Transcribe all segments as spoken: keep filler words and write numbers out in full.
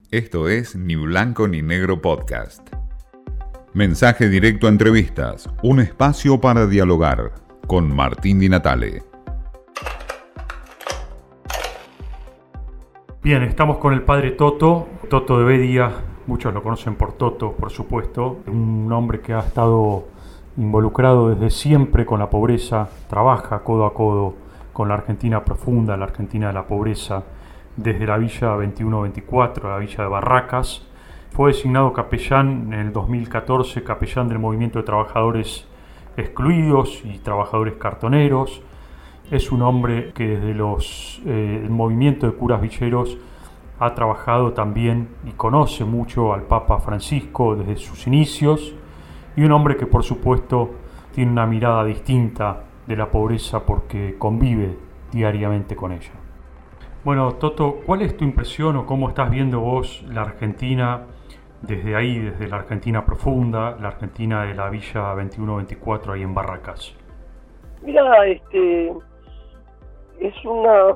Esto es Ni Blanco ni Negro Podcast. Mensaje directo a entrevistas, un espacio para dialogar con Martín Di Natale. Bien, estamos con el padre Toto, Toto de Bedia, muchos lo conocen por Toto, por supuesto, un hombre que ha estado involucrado desde siempre con la pobreza, trabaja codo a codo con la Argentina profunda, la Argentina de la pobreza, desde la Villa veintiuno veinticuatro, la Villa de Barracas. Fue designado capellán en el dos mil catorce, capellán del Movimiento de Trabajadores Excluidos y Trabajadores Cartoneros. Es un hombre que desde los, eh, el movimiento de curas villeros ha trabajado también y conoce mucho al Papa Francisco desde sus inicios, y un hombre que por supuesto tiene una mirada distinta de la pobreza porque convive diariamente con ella. Bueno, Toto, ¿cuál es tu impresión o cómo estás viendo vos la Argentina desde ahí, desde la Argentina profunda, la Argentina de la Villa veintiuno veinticuatro ahí en Barracas? Mira, este, es una,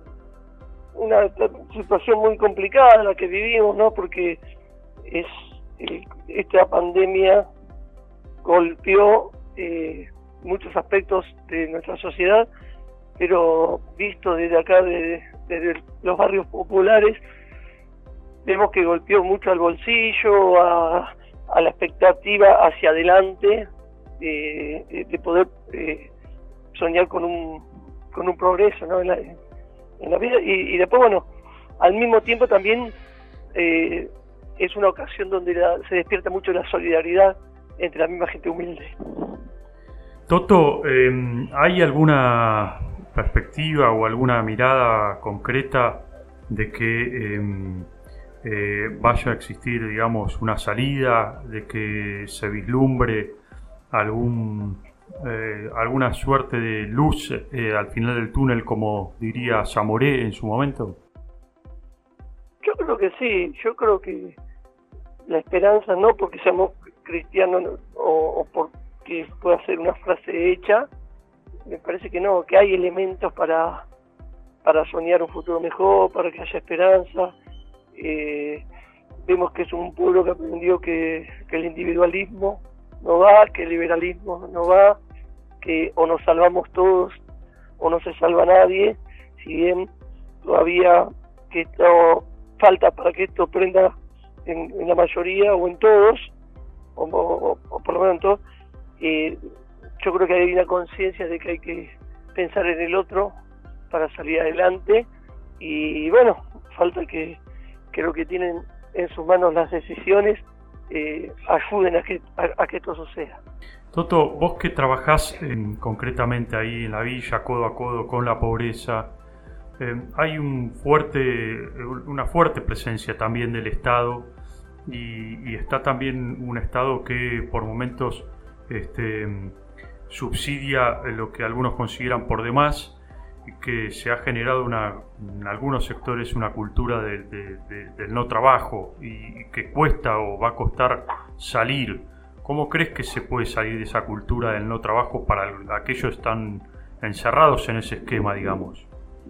una situación muy complicada la que vivimos, ¿no? Porque es el, esta pandemia golpeó eh, muchos aspectos de nuestra sociedad, pero visto desde acá, de, desde los barrios populares, vemos que golpeó mucho al bolsillo, a, a la expectativa hacia adelante, eh, de, de poder eh, soñar con un con un progreso, ¿no? en, la, en la vida, y, y después, bueno, al mismo tiempo también eh, es una ocasión donde la, se despierta mucho la solidaridad entre la misma gente humilde. Toto, eh, ¿hay alguna perspectiva o alguna mirada concreta de que eh, eh, vaya a existir, digamos, una salida, de que se vislumbre algún eh, alguna suerte de luz eh, al final del túnel, como diría Zamoré en su momento? Yo creo que sí, yo creo que la esperanza, no porque seamos cristianos o, o porque pueda ser una frase hecha, me parece que no, que hay elementos para para soñar un futuro mejor, para que haya esperanza. Eh, vemos que es un pueblo que aprendió que, que el individualismo no va, que el liberalismo no va, que o nos salvamos todos o no se salva nadie, si bien todavía que esto falta para que esto prenda en, en la mayoría o en todos, o, o, o por lo menos en todos. Eh, yo creo que hay una conciencia de que hay que pensar en el otro para salir adelante, y bueno, falta que, que lo que tienen en sus manos las decisiones eh, ayuden a que, a, a que esto suceda. Toto, vos que trabajás eh, concretamente ahí en la villa, codo a codo con la pobreza, eh, hay un fuerte, una fuerte presencia también del Estado, y, y está también un Estado que por momentos este, subsidia lo que algunos consideran por demás, y que se ha generado una, en algunos sectores una cultura de, de, de, del no trabajo, y, y que cuesta o va a costar salir. ¿Cómo crees que se puede salir de esa cultura del no trabajo para aquellos que están encerrados en ese esquema, digamos?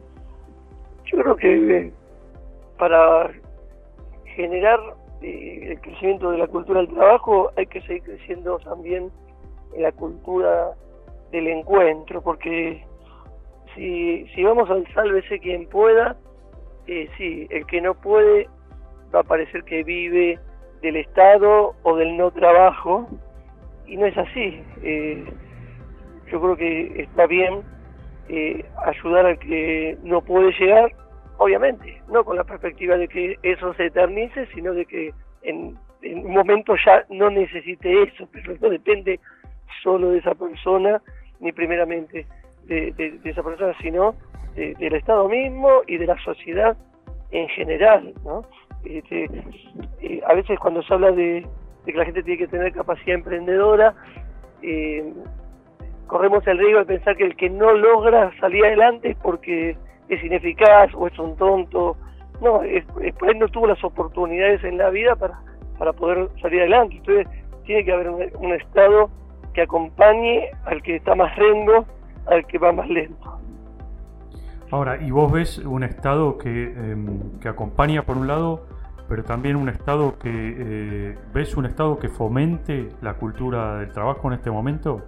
Yo creo que eh, para generar eh, el crecimiento de la cultura del trabajo hay que seguir creciendo también en la cultura del encuentro, porque si, si vamos al sálvese quien pueda, eh, sí, el que no puede va a parecer que vive del Estado o del no trabajo, y no es así. Eh, yo creo que está bien eh, ayudar al que no puede llegar, obviamente, no con la perspectiva de que eso se eternice, sino de que en, en un momento ya no necesite eso, pero no depende solo de esa persona, ni primeramente de, de, de esa persona, sino de, del Estado mismo y de la sociedad en general, ¿no? Este, eh, a veces cuando se habla de, de que la gente tiene que tener capacidad emprendedora, eh, corremos el riesgo de pensar que el que no logra salir adelante es porque es ineficaz o es un tonto. No, es, es, él no tuvo las oportunidades en la vida para, para poder salir adelante. Entonces tiene que haber un, un Estado que acompañe al que está más rengo, al que va más lento. Ahora, y vos ves un Estado que, eh, que acompaña por un lado, pero también un Estado que, eh, ¿ves un Estado que fomente la cultura del trabajo en este momento?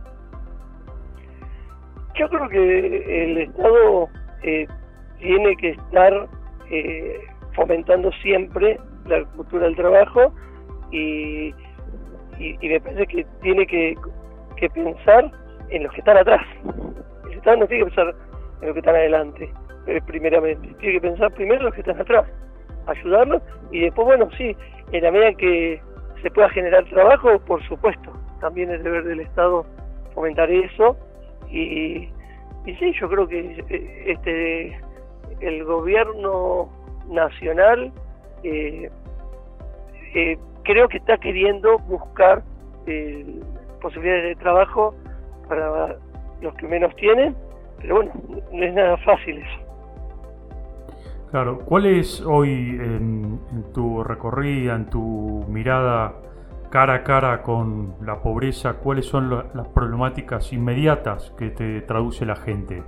Yo creo que el Estado eh, tiene que estar eh, fomentando siempre la cultura del trabajo y, y, y me parece que tiene que, que pensar en los que están atrás. El Estado no tiene que pensar en los que están adelante, eh, primeramente. Tiene que pensar primero en los que están atrás, ayudarlos y después, bueno, sí, en la medida que se pueda generar trabajo, por supuesto, también es deber del Estado fomentar eso. Y, y sí, yo creo que este el gobierno nacional eh, eh, creo que está queriendo buscar eh, posibilidades de trabajo para los que menos tienen, pero bueno, no es nada fácil eso. Claro, ¿cuál es hoy en, en tu recorrida, en tu mirada cara a cara con la pobreza, cuáles son lo, las problemáticas inmediatas que te traduce la gente?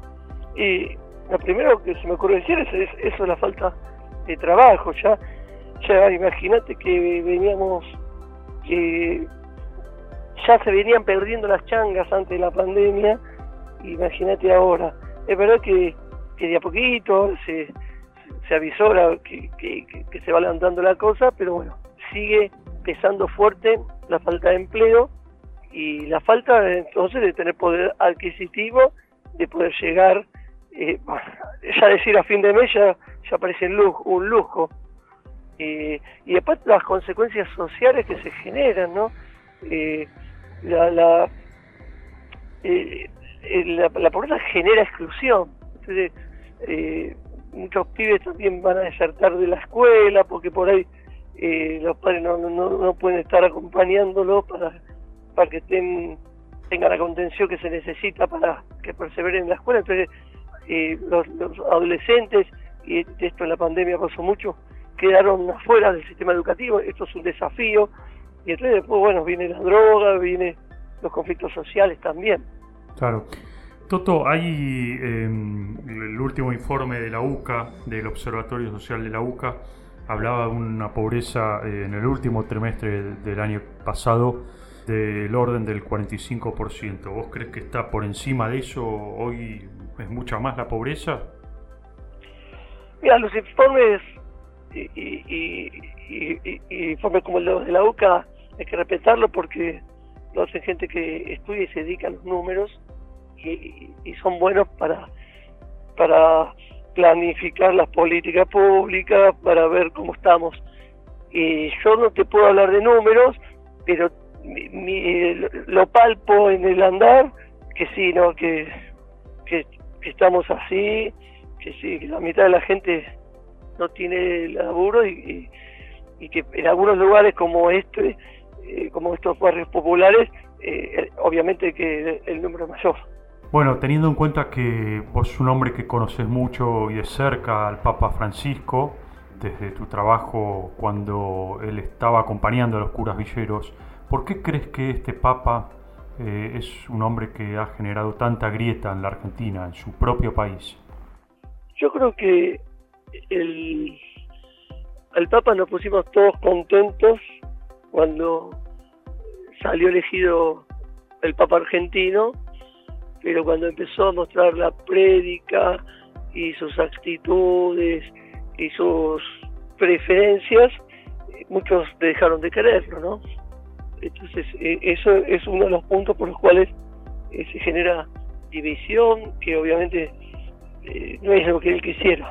Y lo primero que se me ocurre decir es, es eso, la falta de trabajo. Ya, ya imagínate que veníamos, que ya se venían perdiendo las changas antes de la pandemia, imagínate ahora. Es verdad que, que de a poquito se, se avisora que, que, que, que se va levantando la cosa, pero bueno, sigue pesando fuerte la falta de empleo y la falta entonces de tener poder adquisitivo, de poder llegar, eh, ya decir a fin de mes ya, ya parece un lujo, un lujo. Eh, y después las consecuencias sociales que se generan, ¿no? Eh, la, la, eh, la, la pobreza genera exclusión. Entonces, eh, muchos pibes también van a desertar de la escuela porque por ahí Eh, los padres no, no, no pueden estar acompañándolos para, para que estén, tengan la contención que se necesita para que perseveren en la escuela. Entonces eh, los, los adolescentes, y esto en la pandemia pasó mucho, quedaron afuera del sistema educativo. Esto es un desafío y entonces después, bueno, viene la droga, vienen los conflictos sociales también. Claro. Toto, hay eh, el último informe de la U C A, del Observatorio Social de la U C A, hablaba de una pobreza eh, en el último trimestre del, del año pasado del orden del cuarenta y cinco por ciento. ¿Vos crees que está por encima de eso? ¿Hoy es mucha más la pobreza? Mira, los informes y, y, y, y, y informes como el de la U C A hay que respetarlo porque lo hacen gente que estudia y se dedica a los números y, y son buenos para para planificar las políticas públicas, para ver cómo estamos. Y yo no te puedo hablar de números, pero mi, mi, lo palpo en el andar, que sí, ¿no? Que, que, que estamos así, que sí, que la mitad de la gente no tiene laburo y, y, y que en algunos lugares como este, eh, como estos barrios populares, eh, obviamente que el número es mayor. Bueno, teniendo en cuenta que vos sos un hombre que conoces mucho y de cerca al Papa Francisco, desde tu trabajo cuando él estaba acompañando a los curas villeros, ¿por qué crees que este Papa eh, es un hombre que ha generado tanta grieta en la Argentina, en su propio país? Yo creo que el, al Papa nos pusimos todos contentos cuando salió elegido el Papa argentino, pero cuando empezó a mostrar la prédica y sus actitudes y sus preferencias, muchos dejaron de quererlo, ¿no? Entonces, eh, eso es uno de los puntos por los cuales eh, se genera división, que obviamente eh, no es lo que él quisiera.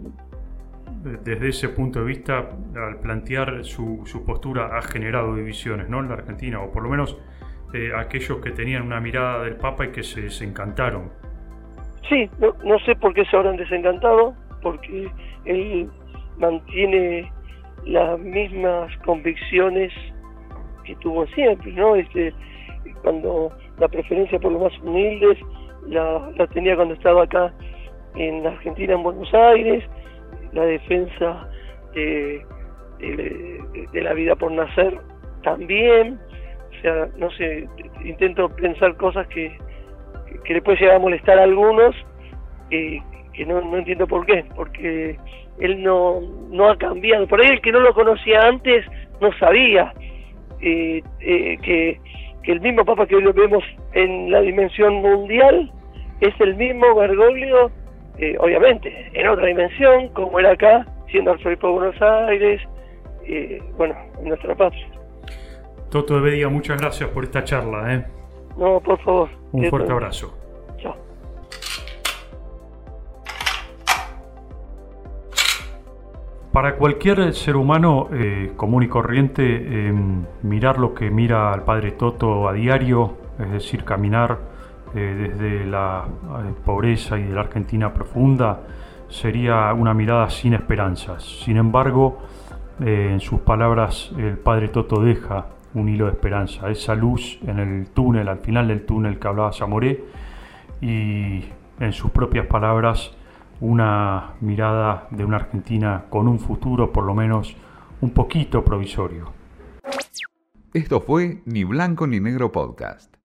Desde ese punto de vista, al plantear su, su postura, ha generado divisiones, ¿no?, en la Argentina, o por lo menos Eh, aquellos que tenían una mirada del Papa y que se desencantaron. Sí, no, no sé por qué se habrán desencantado, porque él mantiene las mismas convicciones que tuvo siempre, ¿no? Este, cuando la preferencia por los más humildes la, la tenía cuando estaba acá en Argentina, en Buenos Aires, la defensa de, de, de la vida por nacer también. O sea, no sé, intento pensar cosas que, que, que le puede llegar a molestar a algunos, eh, que no, no entiendo por qué, porque él no, no ha cambiado. Por ahí el que no lo conocía antes no sabía eh, eh, que, que el mismo Papa que hoy lo vemos en la dimensión mundial es el mismo Bergoglio, eh, obviamente, en otra dimensión, como era acá, siendo arzobispo de Buenos Aires, eh, bueno, en nuestra patria. Toto de Bedia, muchas gracias por esta charla. ¿eh? No, por favor. Un fuerte abrazo. Chao. Para cualquier ser humano eh, común y corriente, eh, mirar lo que mira al Padre Toto a diario, es decir, caminar eh, desde la eh, pobreza y de la Argentina profunda, sería una mirada sin esperanzas. Sin embargo, eh, en sus palabras, el Padre Toto deja un hilo de esperanza, esa luz en el túnel, al final del túnel que hablaba Zamoré, y en sus propias palabras, una mirada de una Argentina con un futuro por lo menos un poquito provisorio. Esto fue Ni Blanco ni Negro Podcast.